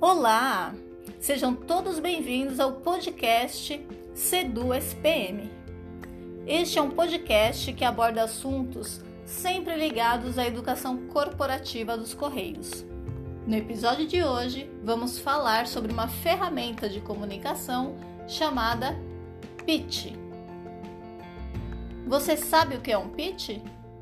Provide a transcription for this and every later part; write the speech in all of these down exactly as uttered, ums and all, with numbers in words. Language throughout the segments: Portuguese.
Olá! Sejam todos bem-vindos ao podcast Sedu S P M. Este é um podcast que aborda assuntos sempre ligados à educação corporativa dos Correios. No episódio de hoje, vamos falar sobre uma ferramenta de comunicação chamada pitch. Você sabe o que é um pitch?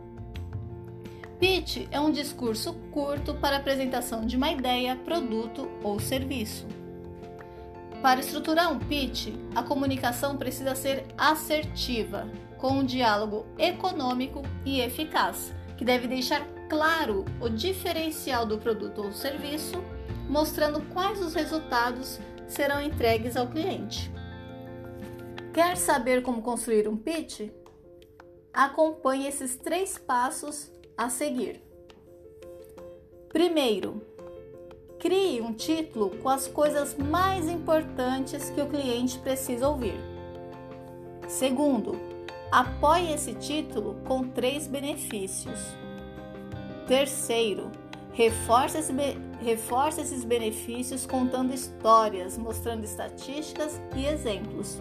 Pitch é um discurso curto para a apresentação de uma ideia, produto ou serviço. Para estruturar um pitch, a comunicação precisa ser assertiva, com um diálogo econômico e eficaz, que deve deixar claro o diferencial do produto ou serviço, mostrando quais os resultados serão entregues ao cliente. Quer saber como construir um pitch? Acompanhe esses três passos a seguir. Primeiro, crie um título com as coisas mais importantes que o cliente precisa ouvir. Segundo, apoie esse título com três benefícios. Terceiro, reforce, esse be- reforce esses benefícios contando histórias, mostrando estatísticas e exemplos.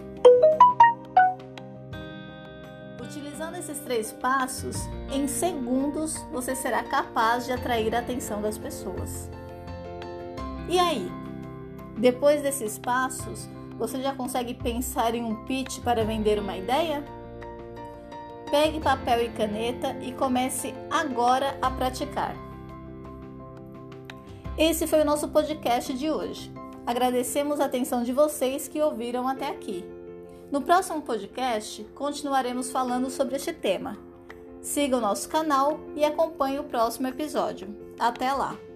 Utilizando esses três passos, em segundos você será capaz de atrair a atenção das pessoas. E aí? Depois desses passos, você já consegue pensar em um pitch para vender uma ideia? Pegue papel e caneta e comece agora a praticar. Esse foi o nosso podcast de hoje. Agradecemos a atenção de vocês que ouviram até aqui. No próximo podcast, continuaremos falando sobre este tema. Siga o nosso canal e acompanhe o próximo episódio. Até lá!